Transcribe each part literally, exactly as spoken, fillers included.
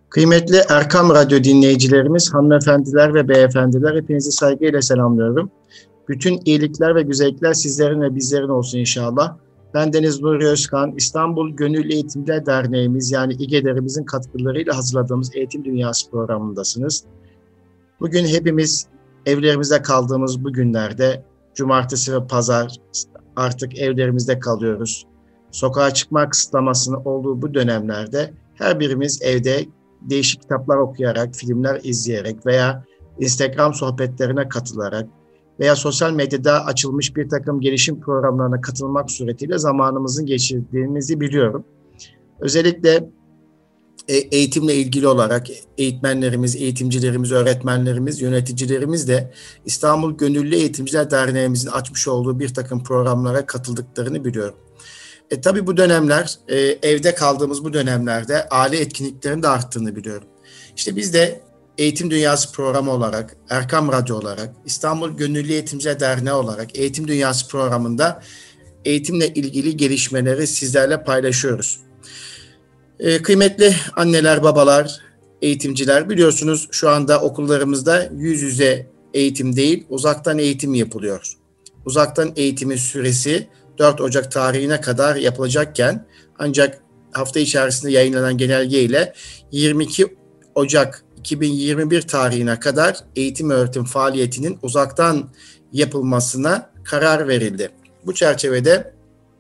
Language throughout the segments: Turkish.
Kıymetli Erkam Radyo dinleyicilerimiz, hanımefendiler ve beyefendiler, hepinizi saygıyla selamlıyorum. Bütün iyilikler ve güzellikler sizlerin ve bizlerin olsun inşallah. Ben Deniz Nuri Özkan, İstanbul Gönüllü Eğitimciler Derneğimiz yani İGEDER'imizin katkılarıyla hazırladığımız Eğitim Dünyası programındasınız. Bugün hepimiz evlerimizde kaldığımız bu günlerde, cumartesi ve pazar artık evlerimizde kalıyoruz. Sokağa çıkma kısıtlamasının olduğu bu dönemlerde her birimiz evde değişik kitaplar okuyarak, filmler izleyerek veya Instagram sohbetlerine katılarak veya sosyal medyada açılmış bir takım gelişim programlarına katılmak suretiyle zamanımızı geçirdiğimizi biliyorum. Özellikle eğitimle ilgili olarak eğitmenlerimiz, eğitimcilerimiz, öğretmenlerimiz, yöneticilerimiz de İstanbul Gönüllü Eğitimciler Derneğimizin açmış olduğu bir takım programlara katıldıklarını biliyorum. E, tabii bu dönemler, e, evde kaldığımız bu dönemlerde aile etkinliklerinin de arttığını biliyorum. İşte biz de Eğitim Dünyası programı olarak, Erkam Radyo olarak, İstanbul Gönüllü Eğitimciler Derneği olarak Eğitim Dünyası programında eğitimle ilgili gelişmeleri sizlerle paylaşıyoruz. E, kıymetli anneler, babalar, eğitimciler, biliyorsunuz şu anda okullarımızda yüz yüze eğitim değil, uzaktan eğitim yapılıyor. Uzaktan eğitimin süresi dört Ocak tarihine kadar yapılacakken ancak hafta içerisinde yayınlanan genelge ile yirmi iki Ocak iki bin yirmi bir tarihine kadar eğitim öğretim faaliyetinin uzaktan yapılmasına karar verildi. Bu çerçevede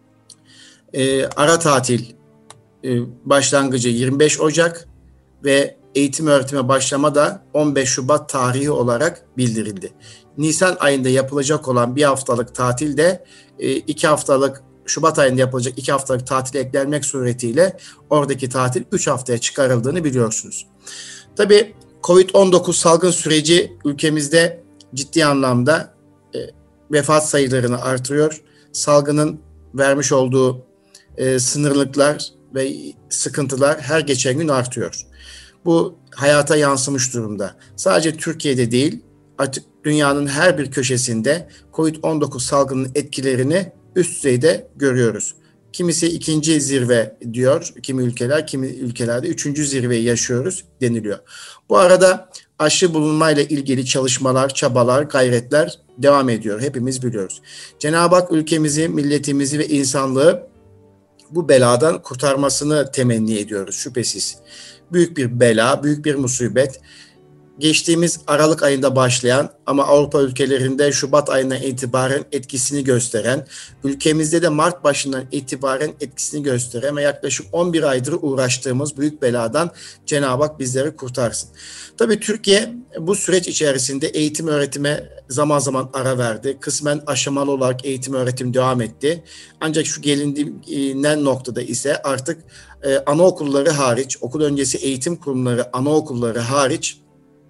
e, ara tatil e, başlangıcı yirmi beş Ocak ve eğitim öğretime başlama da on beş Şubat tarihi olarak bildirildi. Nisan ayında yapılacak olan bir haftalık tatil de iki haftalık Şubat ayında yapılacak iki haftalık tatil eklenmek suretiyle oradaki tatil üç haftaya çıkarıldığını biliyorsunuz. Tabii kovid on dokuz salgın süreci ülkemizde ciddi anlamda e, vefat sayılarını artırıyor. Salgının vermiş olduğu e, sınırlıklar ve sıkıntılar her geçen gün artıyor. Bu hayata yansımış durumda. Sadece Türkiye'de değil, artık dünyanın her bir köşesinde kovid on dokuz salgının etkilerini üst düzeyde görüyoruz. Kimisi ikinci zirve diyor, kimi ülkeler, kimi ülkelerde üçüncü zirveyi yaşıyoruz deniliyor. Bu arada aşı bulunmayla ilgili çalışmalar, çabalar, gayretler devam ediyor. Hepimiz biliyoruz. Cenab-ı Hak ülkemizi, milletimizi ve insanlığı bu beladan kurtarmasını temenni ediyoruz şüphesiz. Büyük bir bela, büyük bir musibet. Geçtiğimiz Aralık ayında başlayan ama Avrupa ülkelerinde Şubat ayından itibaren etkisini gösteren, ülkemizde de Mart başından itibaren etkisini gösteren ve yaklaşık on bir aydır uğraştığımız büyük beladan Cenab-ı Hak bizleri kurtarsın. Tabii Türkiye bu süreç içerisinde eğitim öğretime zaman zaman ara verdi. Kısmen aşamalı olarak eğitim öğretim devam etti. Ancak şu gelinen noktada ise artık e, anaokulları hariç, okul öncesi eğitim kurumları, anaokulları hariç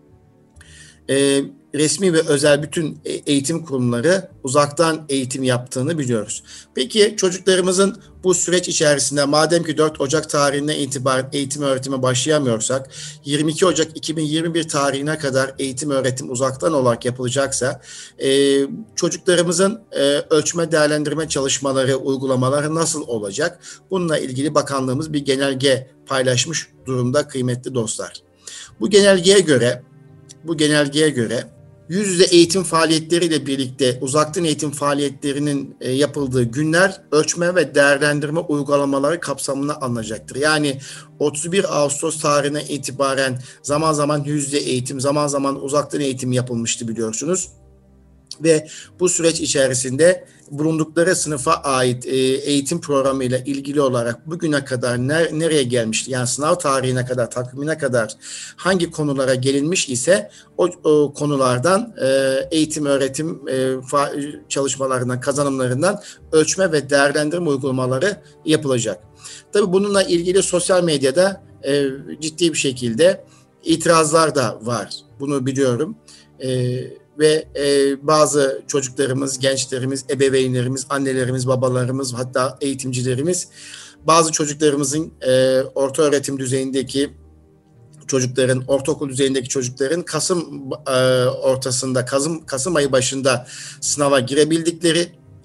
E, resmi ve özel bütün eğitim kurumları uzaktan eğitim yaptığını biliyoruz. Peki çocuklarımızın bu süreç içerisinde madem ki dört Ocak tarihinden itibaren eğitim öğretime başlayamıyorsak, yirmi iki Ocak iki bin yirmi bir tarihine kadar eğitim öğretim uzaktan olarak yapılacaksa, e, çocuklarımızın e, ölçme değerlendirme çalışmaları, uygulamaları nasıl olacak? Bununla ilgili bakanlığımız bir genelge paylaşmış durumda kıymetli dostlar. Bu genelgeye göre Bu genelgeye göre yüz yüze eğitim faaliyetleriyle birlikte uzaktan eğitim faaliyetlerinin e, yapıldığı günler ölçme ve değerlendirme uygulamaları kapsamına alınacaktır. Yani otuz bir Ağustos tarihine itibaren zaman zaman yüz yüze eğitim, zaman zaman uzaktan eğitim yapılmıştı biliyorsunuz. Ve bu süreç içerisinde bulundukları sınıfa ait e, eğitim programıyla ilgili olarak bugüne kadar ner, nereye gelmişti? Yani sınav tarihine kadar, takvimine kadar hangi konulara gelinmiş ise o, o konulardan e, eğitim, öğretim e, fa, çalışmalarından, kazanımlarından ölçme ve değerlendirme uygulamaları yapılacak. Tabii bununla ilgili sosyal medyada e, ciddi bir şekilde itirazlar da var. Bunu biliyorum. Evet. Ve e, bazı çocuklarımız, gençlerimiz, ebeveynlerimiz, annelerimiz, babalarımız, hatta eğitimcilerimiz, bazı çocuklarımızın e, orta öğretim düzeyindeki çocukların, ortaokul düzeyindeki çocukların Kasım e, ortasında, Kasım, Kasım ayı başında sınava girebildikleri,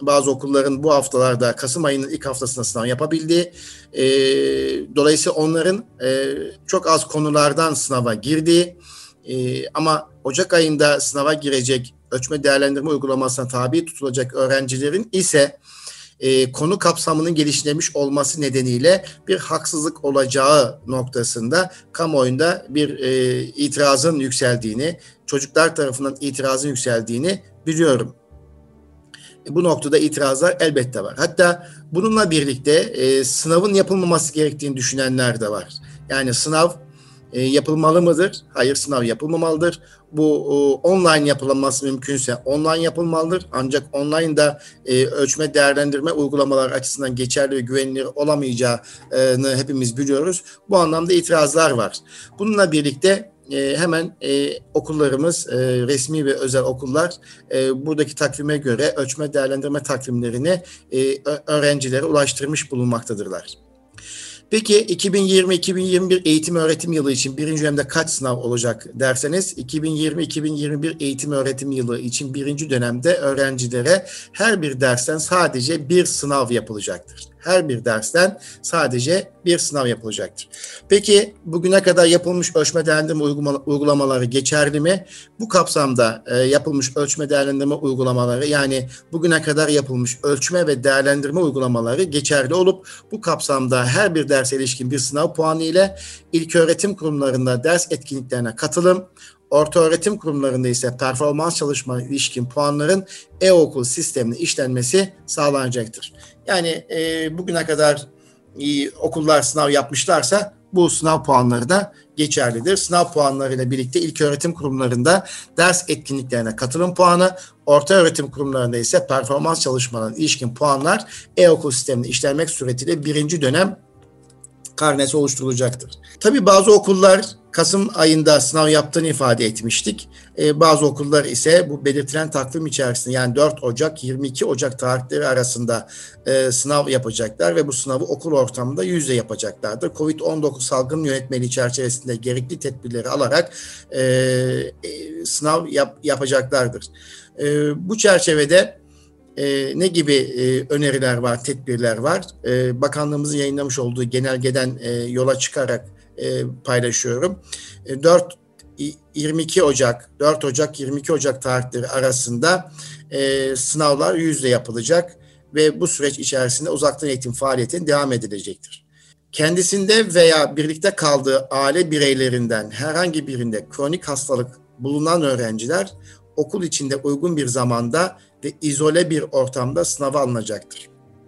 bazı okulların bu haftalarda Kasım ayının ilk haftasında sınav yapabildiği, e, dolayısıyla onların e, çok az konulardan sınava girdiği e, ama Ocak ayında sınava girecek ölçme değerlendirme uygulamasına tabi tutulacak öğrencilerin ise e, konu kapsamının geliştirilmiş olması nedeniyle bir haksızlık olacağı noktasında kamuoyunda bir e, itirazın yükseldiğini, çocuklar tarafından itirazın yükseldiğini biliyorum. Bu noktada itirazlar elbette var. Hatta bununla birlikte e, sınavın yapılmaması gerektiğini düşünenler de var. Yani sınav e, yapılmalı mıdır? Hayır, sınav yapılmamalıdır. Bu e, online yapılması mümkünse online yapılmalıdır. Ancak online'da e, ölçme değerlendirme uygulamaları açısından geçerli ve güvenilir olamayacağını hepimiz biliyoruz. Bu anlamda itirazlar var. Bununla birlikte E, hemen e, okullarımız, e, resmi ve özel okullar e, buradaki takvime göre ölçme değerlendirme takvimlerini e, öğrencilere ulaştırmış bulunmaktadırlar. Peki iki bin yirmi iki bin yirmi bir eğitim öğretim yılı için birinci dönemde kaç sınav olacak derseniz, iki bin yirmi iki bin yirmi bir eğitim öğretim yılı için birinci dönemde öğrencilere her bir dersten sadece bir sınav yapılacaktır. Her bir dersten sadece bir sınav yapılacaktır. Peki bugüne kadar yapılmış ölçme değerlendirme uygulamaları geçerli mi? Bu kapsamda e, yapılmış ölçme değerlendirme uygulamaları, yani bugüne kadar yapılmış ölçme ve değerlendirme uygulamaları geçerli olup bu kapsamda her bir derse ilişkin bir sınav puanı ile ilköğretim kurumlarında ders etkinliklerine katılım, ortaöğretim kurumlarında ise performans çalışmalarına ilişkin puanların e-okul sistemine işlenmesi sağlanacaktır. Yani e, bugüne kadar e, okullar sınav yapmışlarsa bu sınav puanları da geçerlidir. Sınav puanlarıyla birlikte ilköğretim kurumlarında ders etkinliklerine katılım puanı, ortaöğretim kurumlarında ise performans çalışmalarına ilişkin puanlar e-okul sistemine işlenmek suretiyle birinci dönem karnesi oluşturulacaktır. Tabii bazı okullar Kasım ayında sınav yaptığını ifade etmiştik. Ee, bazı okullar ise bu belirtilen takvim içerisinde, yani dört Ocak yirmi iki Ocak tarihleri arasında e, sınav yapacaklar ve bu sınavı okul ortamında yüz yüze yapacaklardır. kovid on dokuz salgın yönetmeliği çerçevesinde gerekli tedbirleri alarak e, e, sınav yap, yapacaklardır. E, bu çerçevede Ee, ne gibi e, öneriler var, tedbirler var? E, bakanlığımızın yayınlamış olduğu genelgeden e, yola çıkarak e, paylaşıyorum. E, dört yirmi iki Ocak, dört Ocak yirmi iki Ocak tarihleri arasında e, sınavlar yüz yüze yapılacak ve bu süreç içerisinde uzaktan eğitim faaliyetine devam edilecektir. Kendisinde veya birlikte kaldığı aile bireylerinden herhangi birinde kronik hastalık bulunan öğrenciler okul içinde uygun bir zamanda ve izole bir ortamda sınava alınacaktır.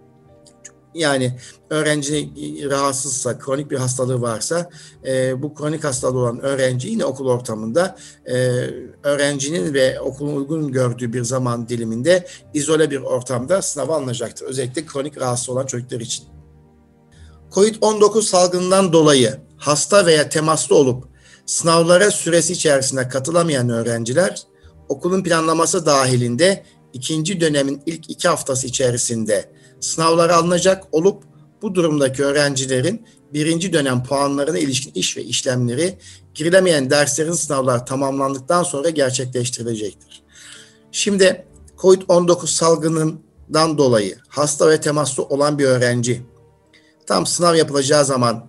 Yani öğrenci rahatsızsa, kronik bir hastalığı varsa e, bu kronik hastalığı olan öğrenci yine okul ortamında e, öğrencinin ve okulun uygun gördüğü bir zaman diliminde izole bir ortamda sınava alınacaktır. Özellikle kronik rahatsız olan çocuklar için. kovid on dokuz salgından dolayı hasta veya temaslı olup sınavlara süresi içerisinde katılamayan öğrenciler okulun planlaması dahilinde ikinci dönemin ilk iki haftası içerisinde sınavlara alınacak olup bu durumdaki öğrencilerin birinci dönem puanlarına ilişkin iş ve işlemleri girilemeyen derslerin sınavlar tamamlandıktan sonra gerçekleştirilecektir. Şimdi kovid on dokuz salgınından dolayı hasta ve temaslı olan bir öğrenci tam sınav yapılacağı zaman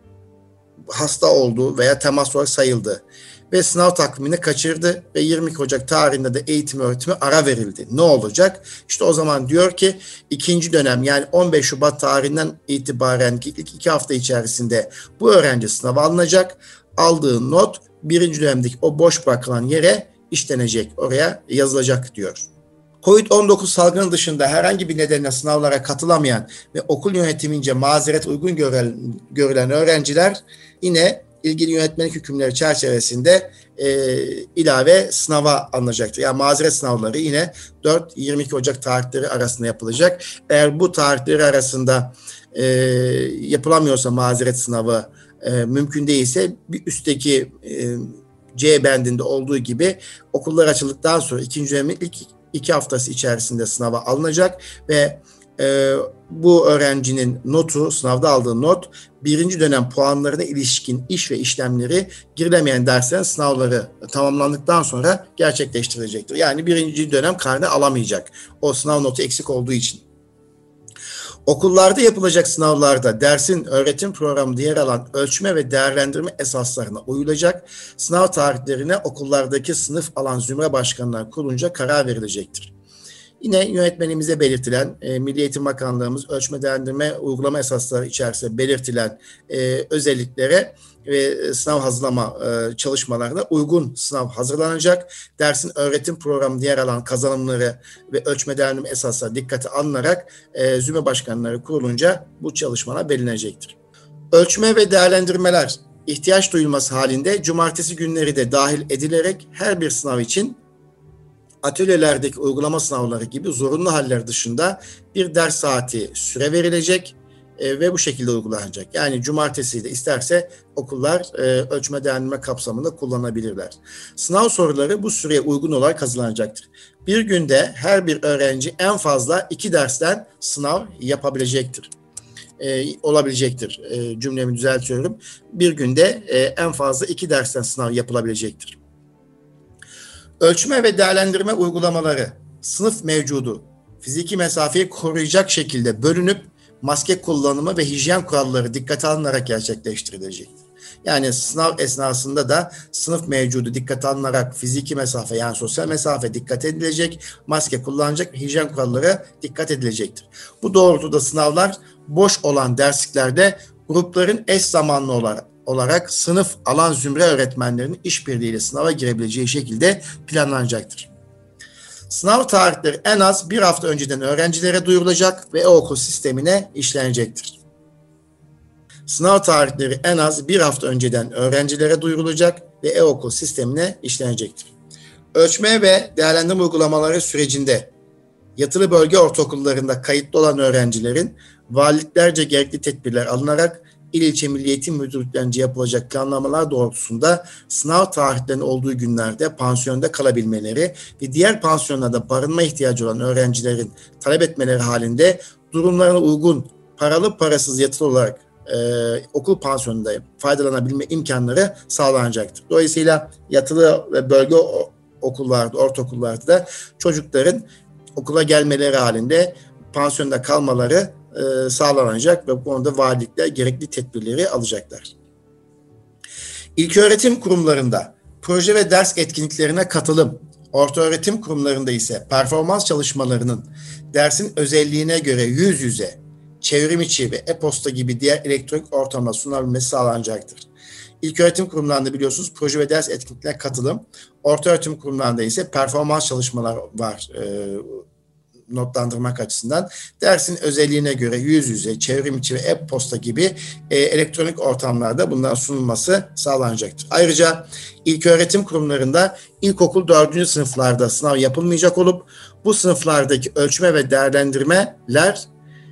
hasta oldu veya temas olarak sayıldı ve sınav takvimini kaçırdı ve yirmi iki Ocak tarihinde de eğitim öğretimi ara verildi. Ne olacak? İşte o zaman diyor ki ikinci dönem, yani on beş Şubat tarihinden itibaren ilk iki hafta içerisinde bu öğrenci sınava alınacak. Aldığı not birinci dönemdeki o boş bırakılan yere işlenecek, oraya yazılacak diyor. kovid on dokuz salgını dışında herhangi bir nedenle sınavlara katılamayan ve okul yönetimince mazeret uygun görülen, görülen öğrenciler yine ilgili yönetmelik hükümleri çerçevesinde e, ilave sınava alınacaktır. Yani mazeret sınavları yine dört yirmi iki Ocak tarihleri arasında yapılacak. Eğer bu tarihleri arasında e, yapılamıyorsa mazeret sınavı e, mümkün değilse bir üstteki e, C bendinde olduğu gibi okullar açıldıktan sonra ikinci dönemin ilk iki haftası içerisinde sınava alınacak ve e, bu öğrencinin notu, sınavda aldığı not, birinci dönem puanlarına ilişkin iş ve işlemleri girilemeyen derslerin sınavları tamamlandıktan sonra gerçekleştirilecektir. Yani birinci dönem karne alamayacak. O sınav notu eksik olduğu için. Okullarda yapılacak sınavlarda dersin öğretim programında yer alan ölçme ve değerlendirme esaslarına uyulacak. Sınav tarihlerine okullardaki sınıf alan zümre başkanları kurulunca karar verilecektir. Yine yönetmenimize belirtilen, e, Milli Eğitim Bakanlığımız ölçme değerlendirme uygulama esasları içerisinde belirtilen e, özelliklere ve sınav hazırlama e, çalışmalarına uygun sınav hazırlanacak. Dersin öğretim programında yer alan kazanımları ve ölçme değerlendirme esasları dikkate alınarak e, zümre başkanları kurulunca bu çalışmalar belirlenecektir. Ölçme ve değerlendirmeler ihtiyaç duyulması halinde cumartesi günleri de dahil edilerek her bir sınav için atölyelerdeki uygulama sınavları gibi zorunlu haller dışında bir ders saati süre verilecek e, ve bu şekilde uygulanacak. Yani cumartesi de isterse okullar e, ölçme değerlendirme kapsamında kullanabilirler. Sınav soruları bu süreye uygun olarak hazırlanacaktır. Bir günde her bir öğrenci en fazla iki dersten sınav yapabilecektir. E, olabilecektir. E, cümlemi düzeltiyorum. Bir günde e, en fazla iki dersten sınav yapılabilecektir. Ölçme ve değerlendirme uygulamaları sınıf mevcudu fiziki mesafeyi koruyacak şekilde bölünüp maske kullanımı ve hijyen kuralları dikkate alınarak gerçekleştirilecektir. Yani sınav esnasında da sınıf mevcudu dikkate alınarak fiziki mesafe yani sosyal mesafe dikkat edilecek, maske kullanacak, hijyen kuralları dikkat edilecektir. Bu doğrultuda sınavlar boş olan dersliklerde grupların eş zamanlı olarak olarak sınıf alan zümre öğretmenlerinin işbirliğiyle sınava girebileceği şekilde planlanacaktır. Sınav tarihleri en az bir hafta önceden öğrencilere duyurulacak ve e-okul sistemine işlenecektir. Sınav tarihleri en az bir hafta önceden öğrencilere duyurulacak ve e-okul sistemine işlenecektir. Ölçme ve değerlendirme uygulamaları sürecinde yatılı bölge ortaokullarında kayıtlı olan öğrencilerin valiliklerce gerekli tedbirler alınarak İl İlçe Milli Eğitim Müdürlüklerince yapılacak planlamalar doğrultusunda sınav tarihlerinin olduğu günlerde pansiyonda kalabilmeleri ve diğer pansiyonlarda barınma ihtiyacı olan öğrencilerin talep etmeleri halinde durumlarına uygun paralı parasız yatılı olarak e, okul pansiyonunda faydalanabilme imkanları sağlanacaktır. Dolayısıyla yatılı ve bölge okullarda, ortaokullarda da çocukların okula gelmeleri halinde pansiyonda kalmaları e, sağlanacak ve bu konuda valilikler gerekli tedbirleri alacaklar. İlköğretim kurumlarında proje ve ders etkinliklerine katılım, ortaöğretim kurumlarında ise performans çalışmalarının dersin özelliğine göre yüz yüze, çevrim içi ve e-posta gibi diğer elektronik ortamda sunulabilmesi sağlanacaktır. İlköğretim kurumlarında biliyorsunuz proje ve ders etkinliklerine katılım, ortaöğretim kurumlarında ise performans çalışmalar var e, notlandırmak açısından. Dersin özelliğine göre yüz yüze, çevrim içi ve e-posta gibi e, elektronik ortamlarda bunların sunulması sağlanacaktır. Ayrıca ilköğretim kurumlarında ilkokul dördüncü sınıflarda sınav yapılmayacak olup bu sınıflardaki ölçme ve değerlendirmeler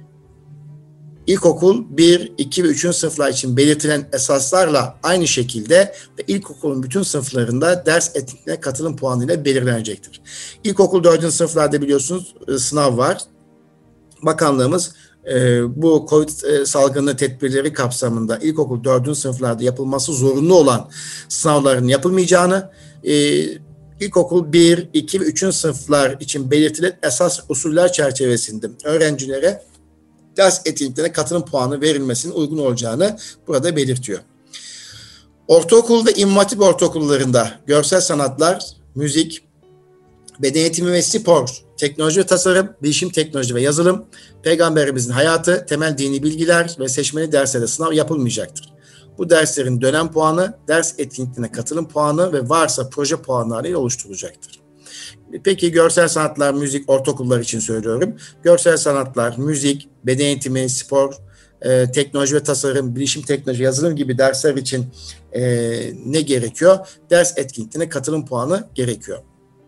İlkokul bir, iki ve üçüncü sınıflar için belirtilen esaslarla aynı şekilde ve ilkokulun bütün sınıflarında ders etkinliğine katılım puanı ile belirlenecektir. İlkokul dördüncü sınıflarda biliyorsunuz sınav var. Bakanlığımız e, bu Covid e, salgını tedbirleri kapsamında ilkokul dördüncü sınıflarda yapılması zorunlu olan sınavların yapılmayacağını, e, İlkokul bir, iki ve üçüncü sınıflar için belirtilen esas usuller çerçevesinde öğrencilere ders etkinliklerine katılım puanı verilmesinin uygun olacağını burada belirtiyor. Ortaokulda İmam Hatip ortaokullarında görsel sanatlar, müzik, beden eğitimi ve spor, teknoloji ve tasarım, bilişim teknoloji ve yazılım, peygamberimizin hayatı, temel dini bilgiler ve seçmeli derslerde sınav yapılmayacaktır. Bu derslerin dönem puanı, ders etkinliklerine katılım puanı ve varsa proje puanları ile oluşturulacaktır. Peki görsel sanatlar, müzik, ortaokullar için söylüyorum. Görsel sanatlar, müzik, beden eğitimi, spor, e, teknoloji ve tasarım, bilişim teknoloji, yazılım gibi dersler için e, ne gerekiyor? Ders etkinliğine katılım puanı gerekiyor.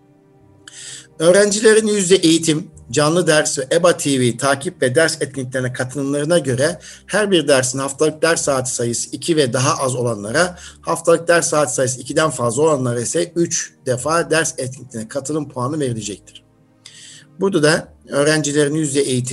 Öğrencilerin yüzde eğitim, canlı ders ve E B A T V takip ve ders etkinliklerine katılımlarına göre her bir dersin haftalık ders saati sayısı iki ve daha az olanlara, haftalık ders saati sayısı ikiden fazla olanlara ise üç defa ders etkinliklerine katılım puanı verilecektir. Burada da öğrencilerin yüzde eğitim,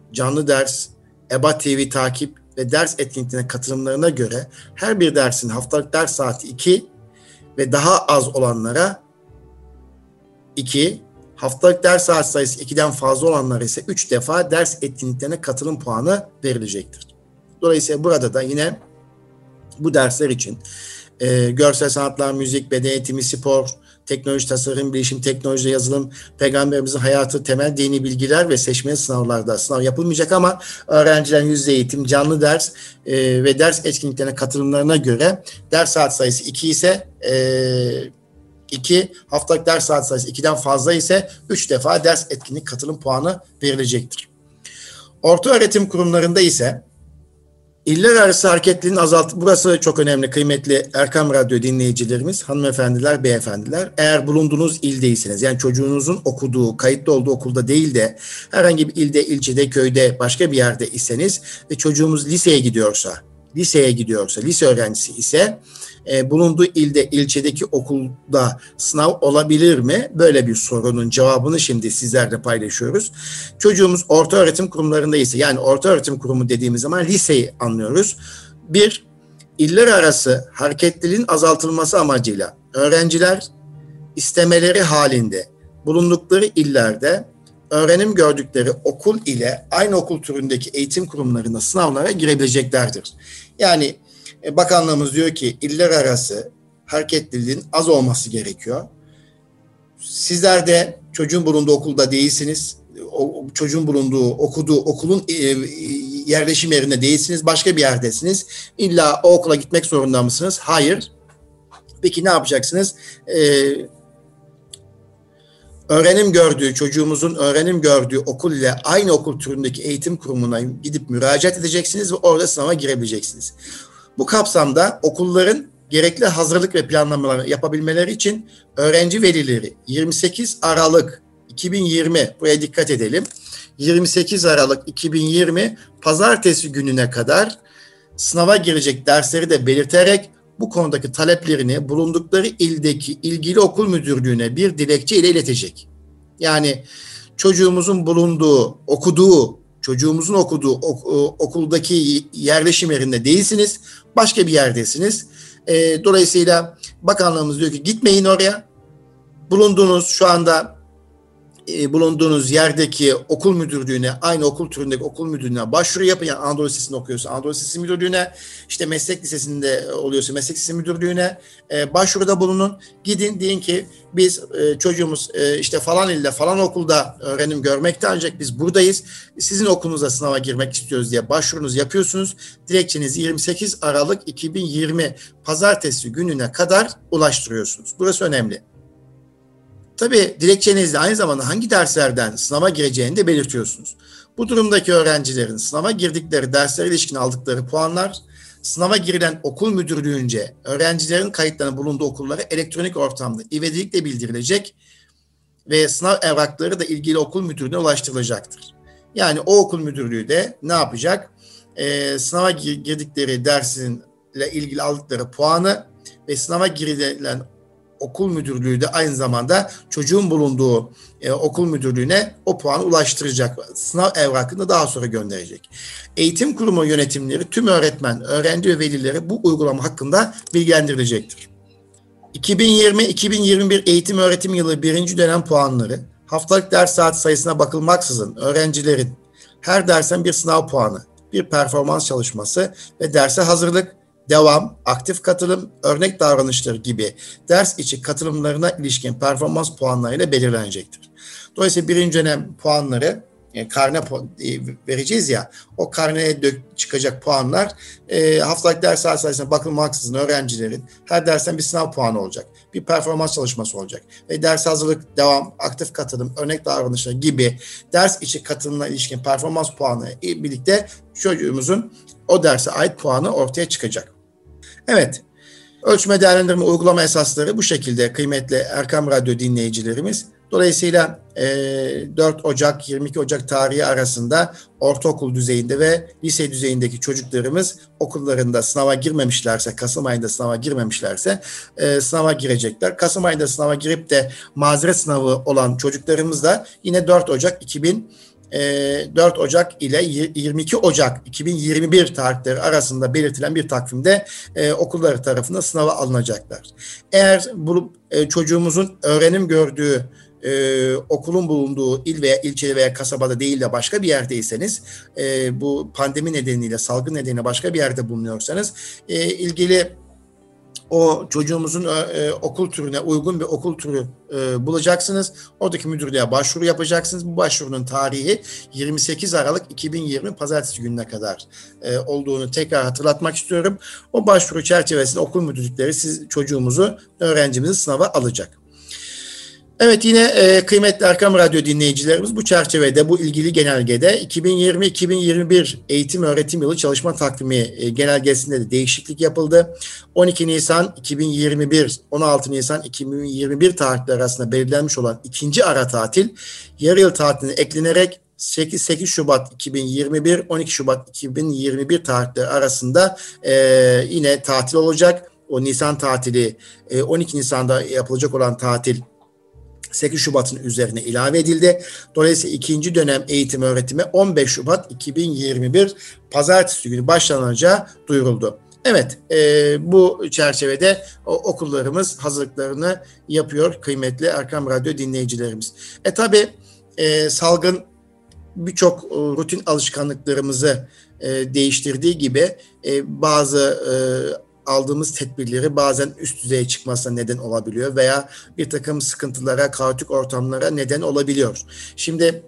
canlı ders, E B A T V takip ve ders etkinliklerine katılımlarına göre her bir dersin haftalık ders saati iki ve daha az olanlara iki, haftalık ders saat sayısı ikiden fazla olanlara ise üç defa ders etkinliklerine katılım puanı verilecektir. Dolayısıyla burada da yine bu dersler için e, görsel sanatlar, müzik, beden eğitimi, spor, teknoloji, tasarım, bilişim, teknoloji, yazılım, peygamberimizin hayatı, temel dini bilgiler ve seçmeli sınavlarda sınav yapılmayacak ama öğrencilerin yüz yüze eğitim, canlı ders e, ve ders etkinliklerine katılımlarına göre ders saat sayısı iki ise e, iki, haftalık ders saat sayısı ikiden fazla ise üç defa ders etkinlik katılım puanı verilecektir. Ortaöğretim kurumlarında ise İller arası hareketliliğin azalt, burası çok önemli kıymetli Erkam Radyo dinleyicilerimiz, hanımefendiler, beyefendiler. Eğer bulunduğunuz ildeyseniz, yani çocuğunuzun okuduğu, kayıtlı olduğu okulda değil de herhangi bir ilde, ilçede, köyde, başka bir yerde iseniz ve çocuğumuz liseye gidiyorsa, liseye gidiyorsa, lise öğrencisi ise e, bulunduğu ilde, ilçedeki okulda sınav olabilir mi? Böyle bir sorunun cevabını şimdi sizlerle paylaşıyoruz. Çocuğumuz ortaöğretim kurumlarında ise, yani ortaöğretim kurumu dediğimiz zaman liseyi anlıyoruz. Bir, iller arası hareketliliğin azaltılması amacıyla öğrenciler istemeleri halinde bulundukları illerde öğrenim gördükleri okul ile aynı okul türündeki eğitim kurumlarında sınavlara girebileceklerdir. Yani e, bakanlığımız diyor ki iller arası hareketliliğin az olması gerekiyor. Sizler de çocuğun bulunduğu okulda değilsiniz. O, çocuğun bulunduğu, okuduğu okulun e, yerleşim yerinde değilsiniz. Başka bir yerdesiniz. İlla o okula gitmek zorunda mısınız? Hayır. Peki ne yapacaksınız? Eee Öğrenim gördüğü, çocuğumuzun öğrenim gördüğü okul ile aynı okul türündeki eğitim kurumuna gidip müracaat edeceksiniz ve orada sınava girebileceksiniz. Bu kapsamda okulların gerekli hazırlık ve planlamaları yapabilmeleri için öğrenci velileri yirmi sekiz Aralık iki bin yirmi, buraya dikkat edelim, yirmi sekiz Aralık iki bin yirmi pazartesi gününe kadar sınava girecek dersleri de belirterek bu konudaki taleplerini bulundukları ildeki ilgili okul müdürlüğüne bir dilekçe ile iletecek. Yani çocuğumuzun bulunduğu, okuduğu, çocuğumuzun okuduğu ok- okuldaki yerleşim yerinde değilsiniz, başka bir yerdesiniz. E, dolayısıyla bakanlığımız diyor ki gitmeyin oraya. Bulunduğunuz şu anda e, bulunduğunuz yerdeki okul müdürlüğüne, aynı okul türündeki okul müdürlüğüne başvuru yapın. Yani Anadolu Lisesi'nde okuyorsa Anadolu Lisesi müdürlüğüne, işte meslek lisesinde oluyorsa meslek lisesi müdürlüğüne e, başvuruda bulunun. Gidin deyin ki biz e, çocuğumuz e, işte falan ilde falan okulda öğrenim görmekte ancak biz buradayız. Sizin okulunuza sınava girmek istiyoruz diye başvurunuzu yapıyorsunuz. Dilekçenizi yirmi sekiz Aralık iki bin yirmi pazartesi gününe kadar ulaştırıyorsunuz. Burası önemli. Tabii dilekçenizde aynı zamanda hangi derslerden sınava gireceğini de belirtiyorsunuz. Bu durumdaki öğrencilerin sınava girdikleri derslere ilişkin aldıkları puanlar, sınava girilen okul müdürlüğünce öğrencilerin kayıtlarının bulunduğu okullara elektronik ortamda ivedilikle bildirilecek ve sınav evrakları da ilgili okul müdürlüğüne ulaştırılacaktır. Yani o okul müdürlüğü de ne yapacak? Ee, sınava girdikleri dersinle ilgili aldıkları puanı ve sınava girilen okul müdürlüğü de aynı zamanda çocuğun bulunduğu e, okul müdürlüğüne o puanı ulaştıracak. Sınav evrakını da daha sonra gönderecek. Eğitim kurumu yönetimleri tüm öğretmen, öğrenci ve velileri bu uygulama hakkında bilgilendirilecektir. iki bin yirmi iki bin yirmi bir eğitim öğretim yılı birinci dönem puanları, haftalık ders saat sayısına bakılmaksızın öğrencilerin her dersten bir sınav puanı, bir performans çalışması ve derse hazırlık, devam, aktif katılım, örnek davranışları gibi ders içi katılımlarına ilişkin performans puanlarıyla belirlenecektir. Dolayısıyla birinci dönem puanları, yani karne pu- vereceğiz ya, o karneye dök- çıkacak puanlar e, haftalık ders saat sayısına bakılmaksızın öğrencilerin her dersten bir sınav puanı olacak. Bir performans çalışması olacak. Ve ders hazırlık, devam, aktif katılım, örnek davranışları gibi ders içi katılımına ilişkin performans puanı ile birlikte çocuğumuzun o derse ait puanı ortaya çıkacak. Evet, ölçme değerlendirme uygulama esasları bu şekilde kıymetli Erkam Radyo dinleyicilerimiz. Dolayısıyla e, dört Ocak yirmi iki Ocak tarihi arasında ortaokul düzeyinde ve lise düzeyindeki çocuklarımız okullarında sınava girmemişlerse, Kasım ayında sınava girmemişlerse e, sınava girecekler. Kasım ayında sınava girip de mazeret sınavı olan çocuklarımız da yine dört Ocak iki bin dört Ocak ile yirmi iki Ocak iki bin yirmi bir tarihleri arasında belirtilen bir takvimde okulları tarafından sınava alınacaklar. Eğer bu çocuğumuzun öğrenim gördüğü Ee, okulun bulunduğu il veya ilçe veya kasabada değil de başka bir yerdeyseniz, e, bu pandemi nedeniyle, salgın nedeniyle başka bir yerde bulunuyorsanız, e, ilgili o çocuğumuzun e, okul türüne uygun bir okul türü e, bulacaksınız. Oradaki müdürlüğe başvuru yapacaksınız. Bu başvurunun tarihi yirmi sekiz Aralık iki bin yirmi Pazartesi gününe kadar e, olduğunu tekrar hatırlatmak istiyorum. O başvuru çerçevesinde okul müdürlükleri siz çocuğumuzu, öğrencimizi sınava alacak. Evet, yine e, kıymetli Erkam Radyo dinleyicilerimiz, bu çerçevede, bu ilgili genelgede iki bin yirmi iki bin yirmi bir eğitim öğretim yılı çalışma takvimi e, genelgesinde de değişiklik yapıldı. on iki Nisan iki bin yirmi bir, on altı Nisan iki bin yirmi bir tarihleri arasında belirlenmiş olan ikinci ara tatil yarı yıl tatiline eklenerek sekiz Şubat iki bin yirmi bir, on iki Şubat iki bin yirmi bir tarihleri arasında e, yine tatil olacak. O Nisan tatili, e, on iki Nisan'da yapılacak olan tatil sekiz Şubat'ın üzerine ilave edildi. Dolayısıyla ikinci dönem eğitim öğretimi on beş Şubat iki bin yirmi bir Pazartesi günü başlanacağı duyuruldu. Evet, e, bu çerçevede o, okullarımız hazırlıklarını yapıyor kıymetli Erkam Radyo dinleyicilerimiz. E tabi e, salgın birçok e, rutin alışkanlıklarımızı e, değiştirdiği gibi e, bazı e, aldığımız tedbirleri bazen üst düzeye çıkmasına neden olabiliyor veya bir takım sıkıntılara, kaotik ortamlara neden olabiliyor. Şimdi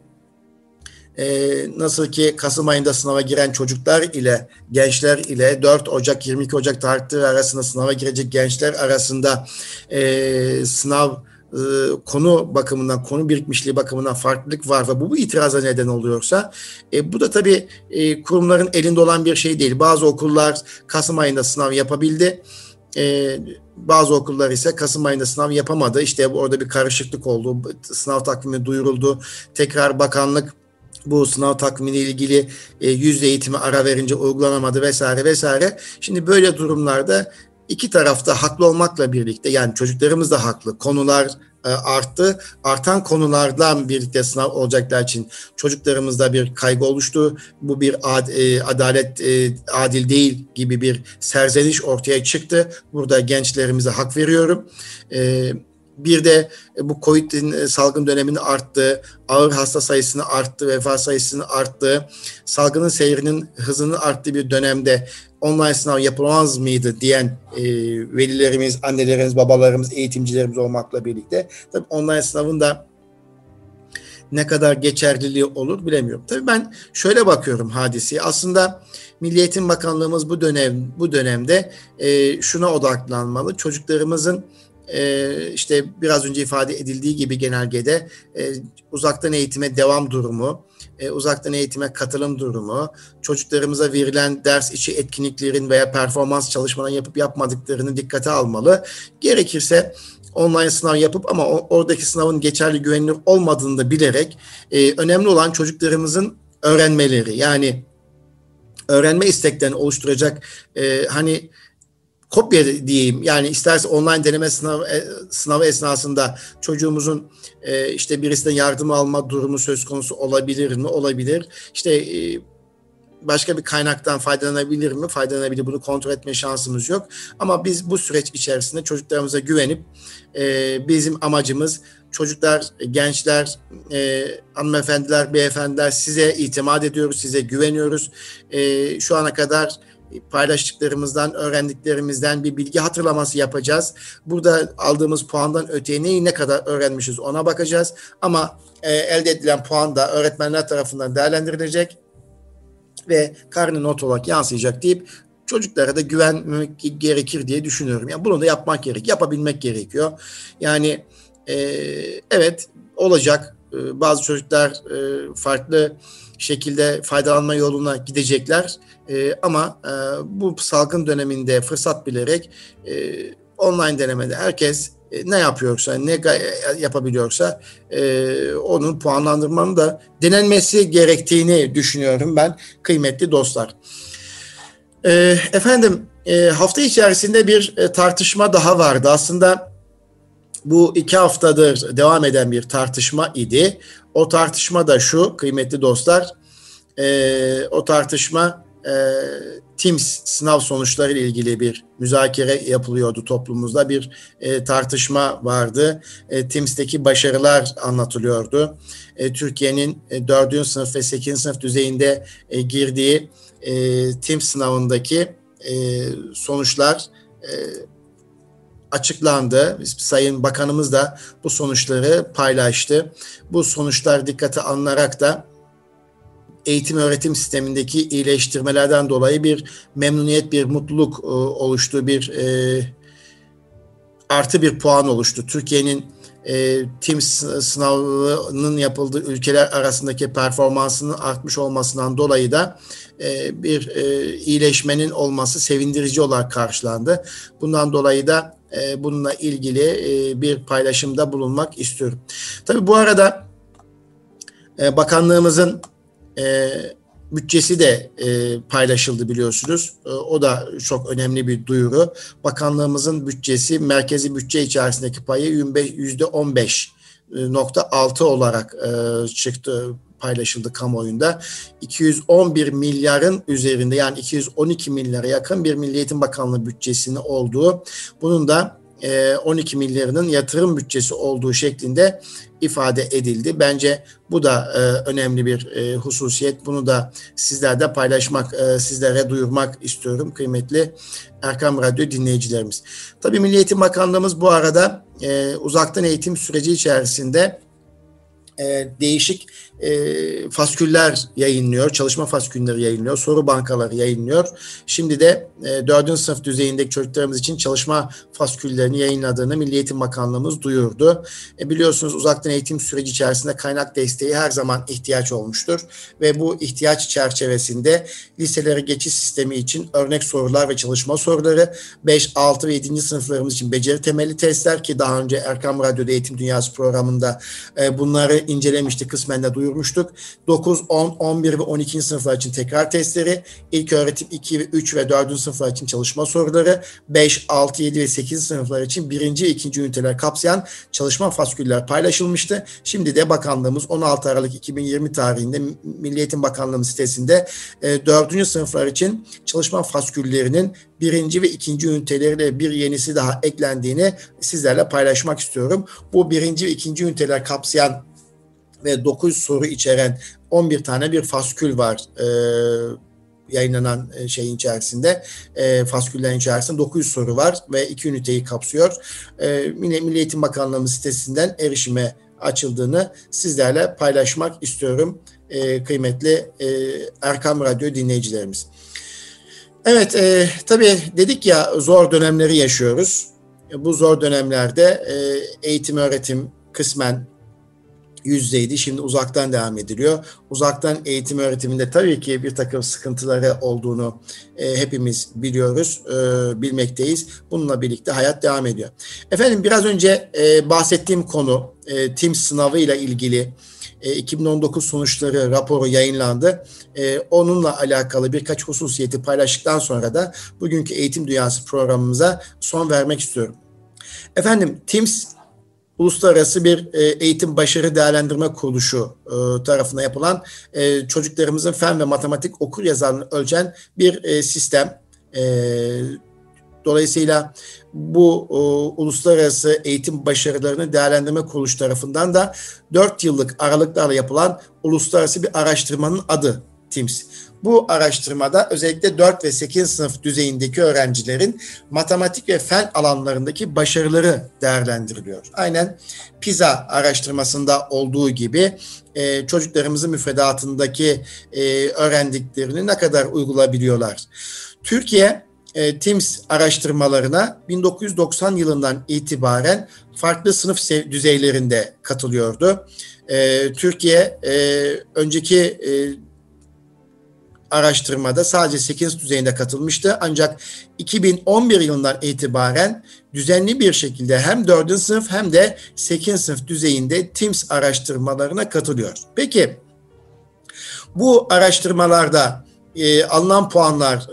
e, nasıl ki Kasım ayında sınava giren çocuklar ile gençler ile dört Ocak yirmi iki Ocak tarihleri arasında sınava girecek gençler arasında e, sınav konu bakımından, konu birikmişliği bakımından farklılık var ve bu, bu itiraza neden oluyorsa, e, bu da tabii e, kurumların elinde olan bir şey değil. Bazı okullar Kasım ayında sınav yapabildi. E, bazı okullar ise Kasım ayında sınav yapamadı. İşte orada bir karışıklık oldu. Sınav takvimi duyuruldu. Tekrar bakanlık bu sınav takvimiyle ilgili e, yüzde eğitimi ara verince uygulanamadı vesaire vesaire. Şimdi böyle durumlarda İki tarafta haklı olmakla birlikte, yani çocuklarımız da haklı, konular e, arttı. Artan konulardan birlikte sınav olacaklar için çocuklarımızda bir kaygı oluştu. Bu bir ad, e, adalet e, adil değil gibi bir serzeniş ortaya çıktı. Burada gençlerimize hak veriyorum. E, Bir de bu Covid'in salgın döneminin arttığı, ağır hasta sayısının arttığı, vefat sayısının arttığı, salgının seyrinin hızının arttığı bir dönemde online sınav yapılamaz mıydı diyen e, velilerimiz, annelerimiz, babalarımız, eğitimcilerimiz olmakla birlikte tabii online sınavın da ne kadar geçerliliği olur bilemiyorum. Tabii ben şöyle bakıyorum hadiseye. Aslında Milli Eğitim Bakanlığımız bu dönem bu dönemde e, şuna odaklanmalı. Çocuklarımızın Ee, işte biraz önce ifade edildiği gibi genelgede e, uzaktan eğitime devam durumu, e, uzaktan eğitime katılım durumu, çocuklarımıza verilen ders içi etkinliklerin veya performans çalışmalarını yapıp yapmadıklarını dikkate almalı. Gerekirse online sınav yapıp ama o, oradaki sınavın geçerli, güvenilir olmadığını da bilerek e, önemli olan çocuklarımızın öğrenmeleri, yani öğrenme isteklerini oluşturacak e, hani kopya diyeyim, yani isterse online deneme sınavı, sınavı esnasında çocuğumuzun e, işte birisinden yardım alma durumu söz konusu olabilir mi? Olabilir. İşte e, başka bir kaynaktan faydalanabilir mi? Faydalanabilir. Bunu kontrol etme şansımız yok. Ama biz bu süreç içerisinde çocuklarımıza güvenip e, bizim amacımız çocuklar, gençler, e, hanımefendiler, beyefendiler, size itimat ediyoruz, size güveniyoruz. E, şu ana kadar paylaştıklarımızdan, öğrendiklerimizden bir bilgi hatırlaması yapacağız. Burada aldığımız puandan öteye neyi ne kadar öğrenmişiz ona bakacağız. Ama e, elde edilen puan da öğretmenler tarafından değerlendirilecek ve karne not olarak yansıyacak deyip çocuklara da güvenmek gerekir diye düşünüyorum. Yani bunu da yapmak gerek, yapabilmek gerekiyor. Yani e, evet olacak. E, bazı çocuklar e, farklı şekilde faydalanma yoluna gidecekler. Ee, ama e, bu salgın döneminde fırsat bilerek e, online denemede herkes e, ne yapıyorsa, ne yapabiliyorsa e, onun puanlandırmanın da denenmesi gerektiğini düşünüyorum ben kıymetli dostlar. E, efendim e, hafta içerisinde bir e, tartışma daha vardı. Aslında Bu iki haftadır devam eden bir tartışma idi. O tartışma da şu kıymetli dostlar, e, o tartışma e, TIMSS sınav sonuçları ile ilgili bir müzakere yapılıyordu toplumumuzda. Bir e, tartışma vardı. E, TIMSS'teki başarılar anlatılıyordu. E, Türkiye'nin e, dördüncü sınıf ve sekizinci sınıf düzeyinde e, girdiği e, TIMSS sınavındaki e, sonuçlar e, açıklandı. Sayın Bakanımız da bu sonuçları paylaştı. Bu sonuçlar dikkate alınarak da eğitim öğretim sistemindeki iyileştirmelerden dolayı bir memnuniyet, bir mutluluk e, oluştu, bir e, artı bir puan oluştu. Türkiye'nin e, TIMSS sınavının yapıldığı ülkeler arasındaki performansının artmış olmasından dolayı da e, bir e, iyileşmenin olması sevindirici olarak karşılandı. Bundan dolayı da e, bununla ilgili e, bir paylaşımda bulunmak istiyorum. Tabii bu arada e, bakanlığımızın e, bütçesi de e, paylaşıldı biliyorsunuz. E, o da çok önemli bir duyuru. Bakanlığımızın bütçesi merkezi bütçe içerisindeki payı yüzde on beş nokta altı olarak e, çıktı, paylaşıldı kamuoyunda. iki yüz on bir milyarın üzerinde, yani iki yüz on iki milyara yakın bir Milli Eğitim Bakanlığı bütçesinin olduğu, bunun da e, on iki milyarının yatırım bütçesi olduğu şeklinde ifade edildi. Bence bu da e, önemli bir e, hususiyet. Bunu da sizlerle paylaşmak, e, sizlere duyurmak istiyorum kıymetli Erkam Radyo dinleyicilerimiz. Tabii Milli Eğitim Bakanlığımız bu arada e, uzaktan eğitim süreci içerisinde e, değişik e, fasküller yayınlıyor, çalışma faskülleri yayınlıyor, soru bankaları yayınlıyor. Şimdi de e, dördüncü sınıf düzeyindeki çocuklarımız için çalışma fasküllerini yayınladığını Milli Eğitim Bakanlığımız duyurdu. E, biliyorsunuz uzaktan eğitim süreci içerisinde kaynak desteği her zaman ihtiyaç olmuştur ve bu ihtiyaç çerçevesinde liselere geçiş sistemi için örnek sorular ve çalışma soruları, beş, altı ve yedinci sınıflarımız için beceri temelli testler, ki daha önce Erkam Radyo'da Eğitim Dünyası programında e, bunları incelemiştik, kısmen de duyurmuştuk. dokuz, on, on bir ve on ikinci sınıflar için tekrar testleri, ilköğretim iki, üç ve dördüncü sınıflar için çalışma soruları, beş, altı, yedi ve sekizinci sınıflar için birinci ve ikinci üniteler kapsayan çalışma fasküller paylaşılmıştı. Şimdi de bakanlığımız on altı Aralık iki bin yirmi tarihinde Milli Eğitim Bakanlığı sitesinde e, dördüncü sınıflar için çalışma fasküllerinin birinci ve ikinci üniteleriyle bir yenisi daha eklendiğini sizlerle paylaşmak istiyorum. Bu birinci ve ikinci üniteler kapsayan ve dokuz soru içeren on bir tane bir faskül var e, yayınlanan şeyin içerisinde, e, fasküllerin içerisinde dokuz yüz soru var ve iki üniteyi kapsıyor. E, Milli Eğitim Bakanlığı sitesinden erişime açıldığını sizlerle paylaşmak istiyorum e, kıymetli e, Erkam Radyo dinleyicilerimiz. Evet, e, tabii dedik ya, zor dönemleri yaşıyoruz. E, bu zor dönemlerde e, eğitim öğretim kısmen yüz yüzeydi. Şimdi uzaktan devam ediliyor. Uzaktan eğitim öğretiminde tabii ki bir takım sıkıntıları olduğunu e, hepimiz biliyoruz, e, bilmekteyiz. Bununla birlikte hayat devam ediyor. Efendim biraz önce e, bahsettiğim konu e, TIMSS sınavı ile ilgili e, iki bin on dokuz sonuçları raporu yayınlandı. E, onunla alakalı birkaç hususiyeti paylaştıktan sonra da bugünkü Eğitim Dünyası programımıza son vermek istiyorum. Efendim TIMSS uluslararası bir e, eğitim başarı değerlendirme kuruluşu e, tarafından yapılan e, çocuklarımızın fen ve matematik okur yazarlığını ölçen bir e, sistem. E, dolayısıyla bu e, uluslararası eğitim başarılarını değerlendirme kuruluşu tarafından da dört yıllık aralıklarla yapılan uluslararası bir araştırmanın adı TIMSS. Bu araştırmada özellikle dört ve sekizinci sınıf düzeyindeki öğrencilerin matematik ve fen alanlarındaki başarıları değerlendiriliyor. Aynen PISA araştırmasında olduğu gibi e, çocuklarımızın müfredatındaki e, öğrendiklerini ne kadar uygulayabiliyorlar. Türkiye e, TIMSS araştırmalarına bin dokuz yüz doksan yılından itibaren farklı sınıf düzeylerinde katılıyordu. E, Türkiye e, önceki e, araştırmada sadece sekizinci düzeyinde katılmıştı. Ancak iki bin on bir yılından itibaren düzenli bir şekilde hem dördüncü sınıf hem de sekizinci sınıf düzeyinde TIMSS araştırmalarına katılıyor. Peki bu araştırmalarda e, alınan puanlar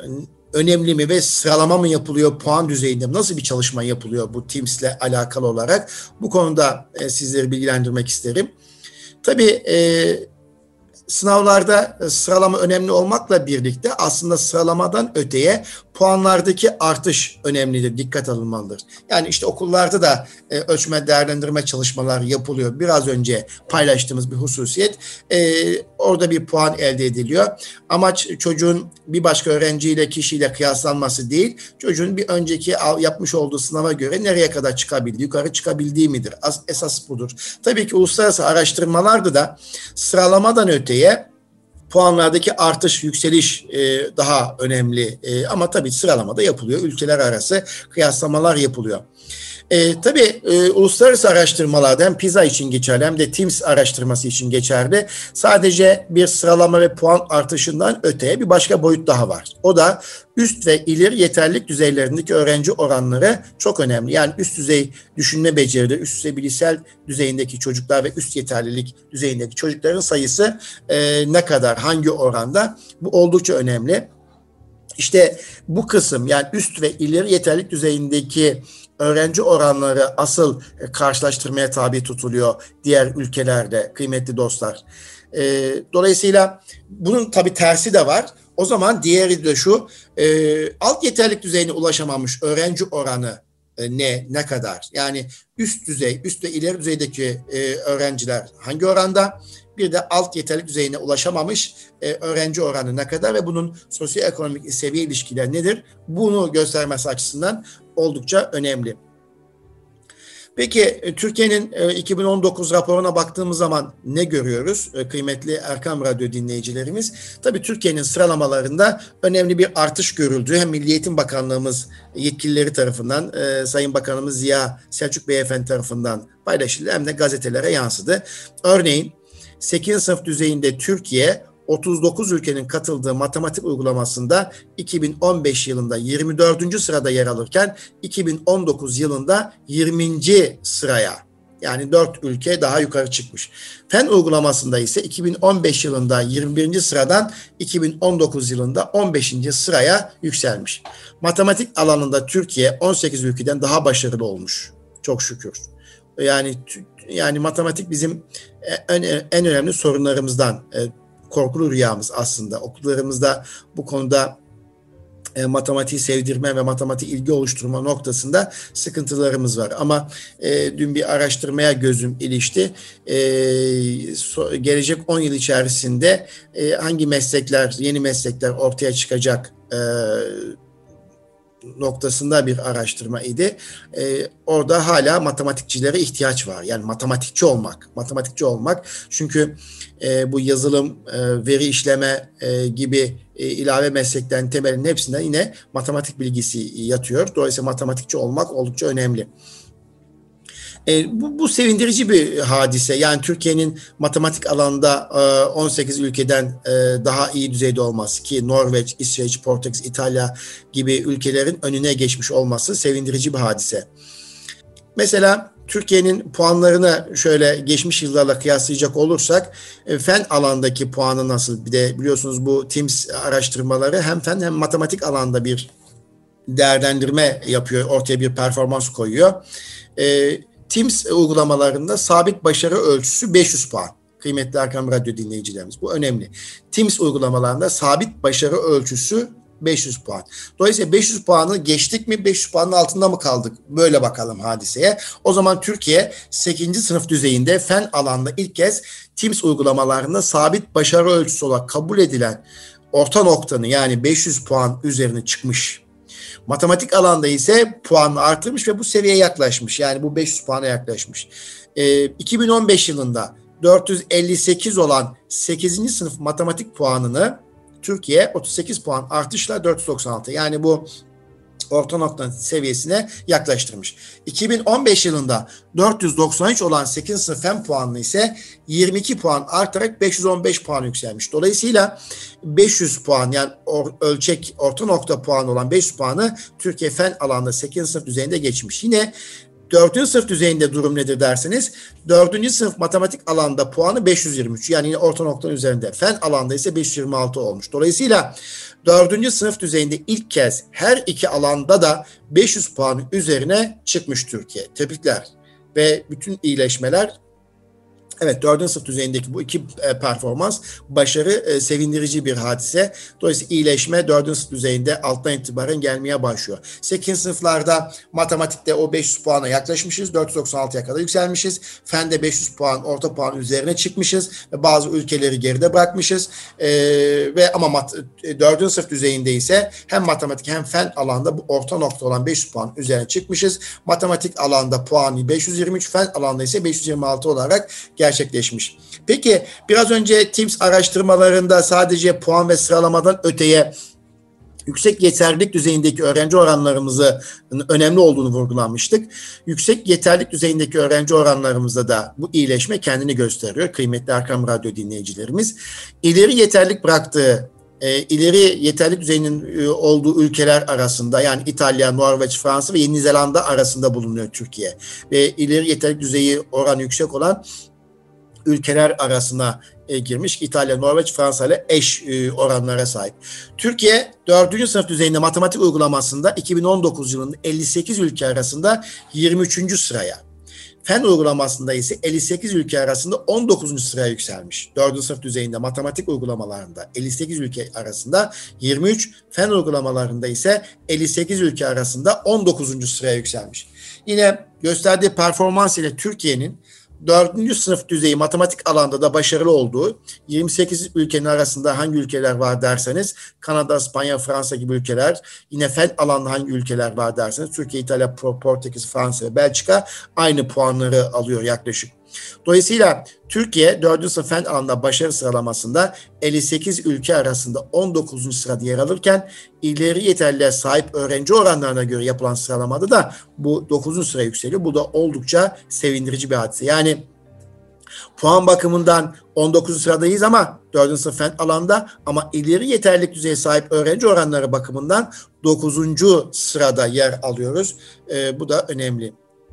önemli mi ve sıralama mı yapılıyor, puan düzeyinde nasıl bir çalışma yapılıyor bu TIMSS ile alakalı olarak? Bu konuda e, sizleri bilgilendirmek isterim. Tabii e, sınavlarda sıralama önemli olmakla birlikte aslında sıralamadan öteye puanlardaki artış önemlidir, dikkat alınmalıdır. Yani işte okullarda da e, ölçme değerlendirme çalışmalar yapılıyor. Biraz önce paylaştığımız bir hususiyet. E, orada bir puan elde ediliyor. Amaç çocuğun bir başka öğrenciyle, kişiyle kıyaslanması değil, çocuğun bir önceki yapmış olduğu sınava göre nereye kadar çıkabildiği, yukarı çıkabildiği midir? As, esas budur. Tabii ki uluslararası araştırmalarda da sıralamadan öteye puanlardaki artış, yükseliş e, daha önemli. E, ama tabii sıralamada yapılıyor. Ülkeler arası kıyaslamalar yapılıyor. E, tabii e, uluslararası araştırmalarda hem PISA için geçerli hem de TIMSS araştırması için geçerli. Sadece bir sıralama ve puan artışından öteye bir başka boyut daha var. O da üst ve ileri yeterlilik düzeylerindeki öğrenci oranları çok önemli. Yani üst düzey düşünme becerileri, üst düzey bilişsel düzeyindeki çocuklar ve üst yeterlilik düzeyindeki çocukların sayısı e, ne kadar, hangi oranda? Bu oldukça önemli. İşte bu kısım, yani üst ve ileri yeterlilik düzeyindeki öğrenci oranları asıl karşılaştırmaya tabi tutuluyor diğer ülkelerde kıymetli dostlar. E, dolayısıyla bunun tabii tersi de var. O zaman diğeri de şu, e, alt yeterlilik düzeyine ulaşamamış öğrenci oranı e, ne ne kadar? Yani üst düzey, üst ve ileri düzeydeki e, öğrenciler hangi oranda? Bir de alt yeterlilik düzeyine ulaşamamış e, öğrenci oranı ne kadar ve bunun sosyoekonomik seviye ilişkileri nedir? Bunu göstermesi açısından oldukça önemli. Peki Türkiye'nin iki bin on dokuz raporuna baktığımız zaman ne görüyoruz kıymetli Erkam Radyo dinleyicilerimiz? Tabii Türkiye'nin sıralamalarında önemli bir artış görüldü. Hem Milli Eğitim Bakanlığımız yetkilileri tarafından, Sayın Bakanımız Ziya Selçuk Beyefendi tarafından paylaşıldı hem de gazetelere yansıdı. Örneğin sekizinci sınıf düzeyinde Türkiye otuz dokuz ülkenin katıldığı matematik uygulamasında iki bin on beş yılında yirmi dördüncü sırada yer alırken iki bin on dokuz yılında yirminci sıraya, yani dört ülke daha yukarı çıkmış. Fen uygulamasında ise iki bin on beş yılında yirmi birinci sıradan iki bin on dokuz yılında on beşinci sıraya yükselmiş. Matematik alanında Türkiye on sekiz ülkeden daha başarılı olmuş. Çok şükür. Yani yani matematik bizim en, en önemli sorunlarımızdan, korkulu rüyamız aslında. Okullarımızda bu konuda e, matematiği sevdirme ve matematik ilgi oluşturma noktasında sıkıntılarımız var. Ama e, dün bir araştırmaya gözüm ilişti. E, so, gelecek on yıl içerisinde e, hangi meslekler, yeni meslekler ortaya çıkacak e, noktasında bir araştırma idi. Ee, orada hala matematikçilere ihtiyaç var. Yani matematikçi olmak, matematikçi olmak. Çünkü e, bu yazılım, e, veri işleme e, gibi e, ilave mesleklerin temelinin hepsinden yine matematik bilgisi yatıyor. Dolayısıyla matematikçi olmak oldukça önemli. E, bu, bu sevindirici bir hadise. Yani Türkiye'nin matematik alanda e, on sekiz ülkeden e, daha iyi düzeyde olması, ki Norveç, İsveç, Portekiz, İtalya gibi ülkelerin önüne geçmiş olması sevindirici bir hadise. Mesela Türkiye'nin puanlarını şöyle geçmiş yıllarla kıyaslayacak olursak e, fen alandaki puanı nasıl? Bir de biliyorsunuz bu TIMSS araştırmaları hem fen hem matematik alanda bir değerlendirme yapıyor, ortaya bir performans koyuyor. E, TIMSS uygulamalarında sabit başarı ölçüsü beş yüz puan. Kıymetli Erkam Radyo dinleyicilerimiz, bu önemli. TIMSS uygulamalarında sabit başarı ölçüsü beş yüz puan. Dolayısıyla beş yüz puanı geçtik mi, beş yüz puanın altında mı kaldık? Böyle bakalım hadiseye. O zaman Türkiye sekizinci sınıf düzeyinde fen alanda ilk kez TIMSS uygulamalarında sabit başarı ölçüsü olarak kabul edilen orta noktanı, yani beş yüz puan üzerine çıkmış. Matematik alanda ise puanı artırmış ve bu seviyeye yaklaşmış. Yani bu beş yüz puana yaklaşmış. E, iki bin on beş yılında dört yüz elli sekiz olan sekizinci sınıf matematik puanını Türkiye otuz sekiz puan artışla dört yüz doksan altı. Yani bu orta nokta seviyesine yaklaştırmış. iki bin on beş yılında dört yüz doksan üç olan sekizinci sınıf fen puanını ise yirmi iki puan artarak beş yüz on beş puan yükselmiş. Dolayısıyla beş yüz puan, yani or, ölçek orta nokta puanı olan beş yüz puanı Türkiye fen alanında sekizinci sınıf düzeyinde geçmiş. Yine dördüncü sınıf düzeyinde durum nedir derseniz, dördüncü sınıf matematik alanda puanı beş yüz yirmi üç. Yani yine orta noktanın üzerinde. Fen alanda ise beş yüz yirmi altı olmuş. Dolayısıyla dördüncü sınıf düzeyinde ilk kez her iki alanda da beş yüz puan üzerine çıkmış Türkiye. Tebrikler ve bütün iyileşmeler. Evet, dördüncü sınıf düzeyindeki bu iki e, performans başarı, e, sevindirici bir hadise. Dolayısıyla iyileşme dördüncü sınıf düzeyinde alttan itibaren gelmeye başlıyor. sekizinci sınıflarda matematikte o beş yüz puana yaklaşmışız. dört yüz doksan altıya kadar yükselmişiz. Fende beş yüz puan, orta puan üzerine çıkmışız. Ve bazı ülkeleri geride bırakmışız. E, ve ama mat, e, dördüncü sınıf düzeyinde ise hem matematik hem fen alanda bu orta nokta olan beş yüz puan üzerine çıkmışız. Matematik alanda puanı beş yüz yirmi üç, fen alanda ise beş yüz yirmi altı olarak gerçekleşmiş. Peki biraz önce T I M S araştırmalarında sadece puan ve sıralamadan öteye yüksek yeterlilik düzeyindeki öğrenci oranlarımızın önemli olduğunu vurgulamıştık. Yüksek yeterlilik düzeyindeki öğrenci oranlarımızda da bu iyileşme kendini gösteriyor kıymetli Erkam Radyo dinleyicilerimiz. İleri yeterlilik bıraktığı E, ileri yeterlilik düzeyinin e, olduğu ülkeler arasında, yani İtalya, Norveç, Fransa ve Yeni Zelanda arasında bulunuyor Türkiye. Ve ileri yeterlilik düzeyi oranı yüksek olan ülkeler arasına e, girmiş. İtalya, Norveç, Fransa ile eş e, oranlara sahip. Türkiye dördüncü sınıf düzeyinde matematik uygulamasında iki bin on dokuz yılında elli sekiz ülke arasında yirmi üçüncü sıraya. Fen uygulamasında ise elli sekiz ülke arasında on dokuzuncu sıraya yükselmiş. dördüncü sınıf düzeyinde matematik uygulamalarında elli sekiz ülke arasında yirmi üç, fen uygulamalarında ise elli sekiz ülke arasında on dokuzuncu sıraya yükselmiş. Yine gösterdiği performans ile Türkiye'nin dördüncü sınıf düzeyi matematik alanda da başarılı olduğu, yirmi sekiz ülkenin arasında hangi ülkeler var derseniz, Kanada, İspanya, Fransa gibi ülkeler, yine fen alanda hangi ülkeler var derseniz, Türkiye, İtalya, Portekiz, Fransa ve Belçika aynı puanları alıyor yaklaşık. Dolayısıyla Türkiye dördüncü sınıf fen alanında başarı sıralamasında elli sekiz ülke arasında on dokuzuncu sırada yer alırken, ileri yeterliliğe sahip öğrenci oranlarına göre yapılan sıralamada da bu dokuzuncu sıraya yükseliyor. Bu da oldukça sevindirici bir hadise. Yani puan bakımından on dokuzuncu sıradayız ama dördüncü sınıf fen alanda, ama ileri yeterlilik düzeye sahip öğrenci oranları bakımından dokuzuncu sırada yer alıyoruz. Ee, bu da önemli.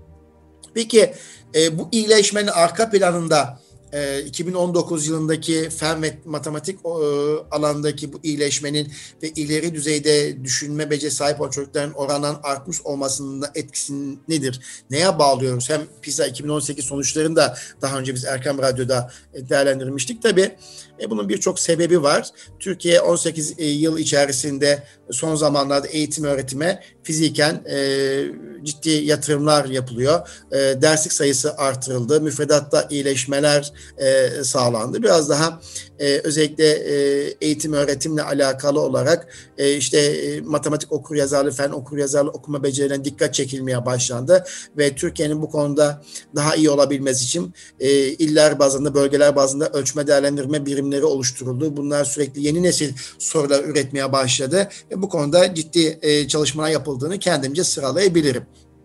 Peki e, bu iyileşmenin arka planında e, iki bin on dokuz yılındaki fen ve matematik e, alandaki bu iyileşmenin ve ileri düzeyde düşünme becerisi sahip olan çocukların oranının artmış olmasının da etkisi nedir? Neye bağlıyoruz? Hem PISA iki bin on sekiz sonuçlarını da daha önce biz Erkam Radyo'da değerlendirmiştik. Tabii e, bunun birçok sebebi var. Türkiye on sekiz e, yıl içerisinde son zamanlarda eğitim öğretime fiziken e, ciddi yatırımlar yapılıyor. E, derslik sayısı artırıldı. Müfredatta iyileşmeler e, sağlandı. Biraz daha e, özellikle e, eğitim öğretimle alakalı olarak e, işte e, matematik okuryazarlığı, fen okuryazarlığı, okuma becerilerine dikkat çekilmeye başlandı ve Türkiye'nin bu konuda daha iyi olabilmesi için e, iller bazında, bölgeler bazında ölçme değerlendirme birimleri oluşturuldu. Bunlar sürekli yeni nesil sorular üretmeye başladı ve bu konuda ciddi e, çalışmalar yapıldığını kendimce sıralayabilirim.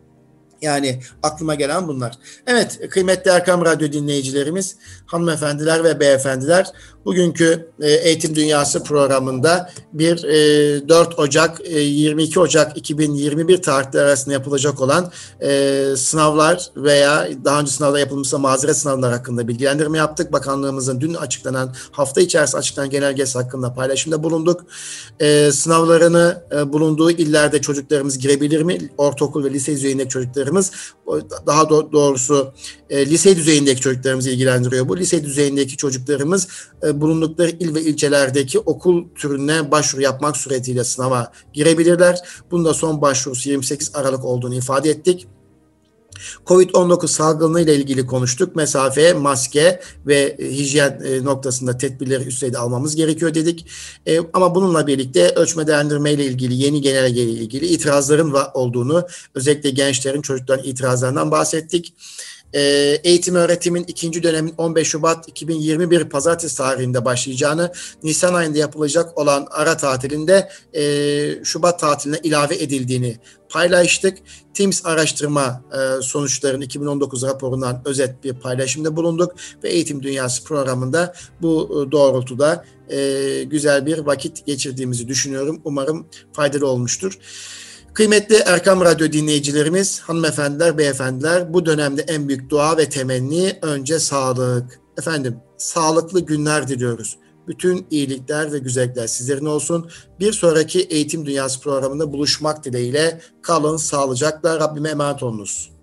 Yani aklıma gelen bunlar. Evet, kıymetli Erkam Radyo dinleyicilerimiz, hanımefendiler ve beyefendiler, bugünkü e, Eğitim Dünyası programında bir e, dört Ocak e, yirmi iki Ocak iki bin yirmi bir tarihleri arasında yapılacak olan e, sınavlar veya daha önce sınavda yapılmışsa mazeret sınavları hakkında bilgilendirme yaptık. Bakanlığımızın dün açıklanan, hafta içerisinde açıklanan genelgesi hakkında paylaşımda bulunduk. E, sınavlarını e, bulunduğu illerde çocuklarımız girebilir mi? Ortaokul ve lise düzeyindeki çocuklarımız, daha doğrusu e, lise düzeyindeki çocuklarımızı ilgilendiriyor bu. Lise düzeyindeki çocuklarımız e, bulundukları il ve ilçelerdeki okul türüne başvuru yapmak suretiyle sınava girebilirler. Bunun da son başvurusu yirmi sekiz Aralık olduğunu ifade ettik. kovid on dokuz salgını ile ilgili konuştuk. Mesafe, maske ve hijyen noktasında tedbirleri üst düzeyde almamız gerekiyor dedik. E, ama bununla birlikte ölçme değerlendirme ile ilgili, yeni genelge ile ilgili itirazların olduğunu, özellikle gençlerin, çocukların itirazlarından bahsettik. Eğitim öğretimin ikinci dönemin on beş Şubat iki bin yirmi bir Pazartesi tarihinde başlayacağını, Nisan ayında yapılacak olan ara tatilinde e, Şubat tatiline ilave edildiğini paylaştık. T I M S araştırma e, sonuçlarının iki bin on dokuz raporundan özet bir paylaşımda bulunduk ve Eğitim Dünyası programında bu e, doğrultuda e, güzel bir vakit geçirdiğimizi düşünüyorum. Umarım faydalı olmuştur. Kıymetli Erkam Radyo dinleyicilerimiz, hanımefendiler, beyefendiler, bu dönemde en büyük dua ve temenni önce sağlık. Efendim, sağlıklı günler diliyoruz. Bütün iyilikler ve güzellikler sizlerin olsun. Bir sonraki Eğitim Dünyası programında buluşmak dileğiyle kalın sağlıcakla, Rabbime emanet olunuz.